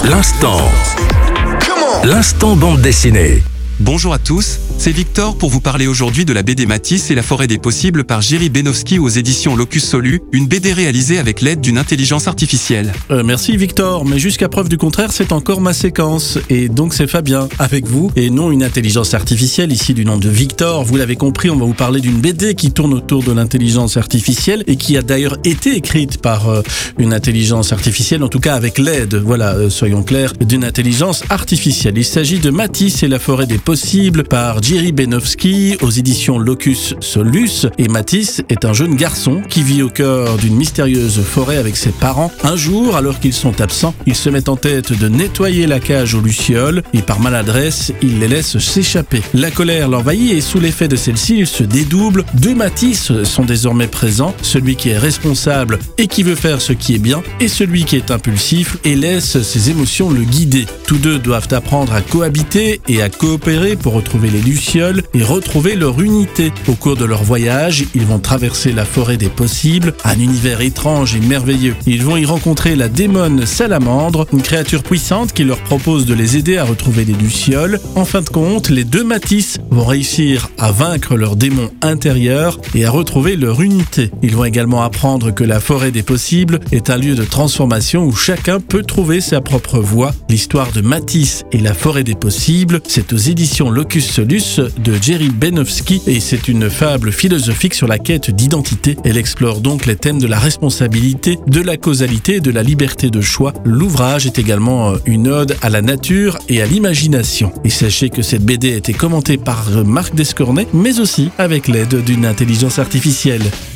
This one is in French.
L'instant. L'instant bande dessinée. Bonjour à tous, c'est Victor pour vous parler aujourd'hui de la BD Matisse et la forêt des possibles par Jiří Benovský aux éditions Locus Solus, une BD réalisée avec l'aide d'une intelligence artificielle. Merci Victor, mais jusqu'à preuve du contraire, c'est encore ma séquence. Et donc c'est Fabien, avec vous, et non une intelligence artificielle, ici du nom de Victor. Vous l'avez compris, on va vous parler d'une BD qui tourne autour de l'intelligence artificielle et qui a d'ailleurs été écrite par une intelligence artificielle, en tout cas avec l'aide, soyons clairs, d'une intelligence artificielle. Il s'agit de Matisse et la forêt des possibles par Jiří Benovský aux éditions Locus Solus. Et Matisse est un jeune garçon qui vit au cœur d'une mystérieuse forêt avec ses parents. Un jour, alors qu'ils sont absents, il se met en tête de nettoyer la cage aux lucioles et par maladresse, il les laisse s'échapper. La colère l'envahit et sous l'effet de celle-ci, il se dédouble. Deux Matisse sont désormais présents, celui qui est responsable et qui veut faire ce qui est bien et celui qui est impulsif et laisse ses émotions le guider. Tous deux doivent apprendre à cohabiter et à coopérer pour retrouver les lucioles et retrouver leur unité. Au cours de leur voyage, ils vont traverser la forêt des possibles, un univers étrange et merveilleux. Ils vont y rencontrer la démone Salamandre, une créature puissante qui leur propose de les aider à retrouver les lucioles. En fin de compte, les deux Matisse vont réussir à vaincre leur démon intérieur et à retrouver leur unité. Ils vont également apprendre que la forêt des possibles est un lieu de transformation où chacun peut trouver sa propre voie. L'histoire de Matisse et la forêt des possibles, c'est aux éditions Locus Solus de Jiří Benovský et c'est une fable philosophique sur la quête d'identité. Elle explore donc les thèmes de la responsabilité, de la causalité et de la liberté de choix. L'ouvrage est également une ode à la nature et à l'imagination. Et sachez que cette BD a été commentée par Marc Descornet, mais aussi avec l'aide d'une intelligence artificielle.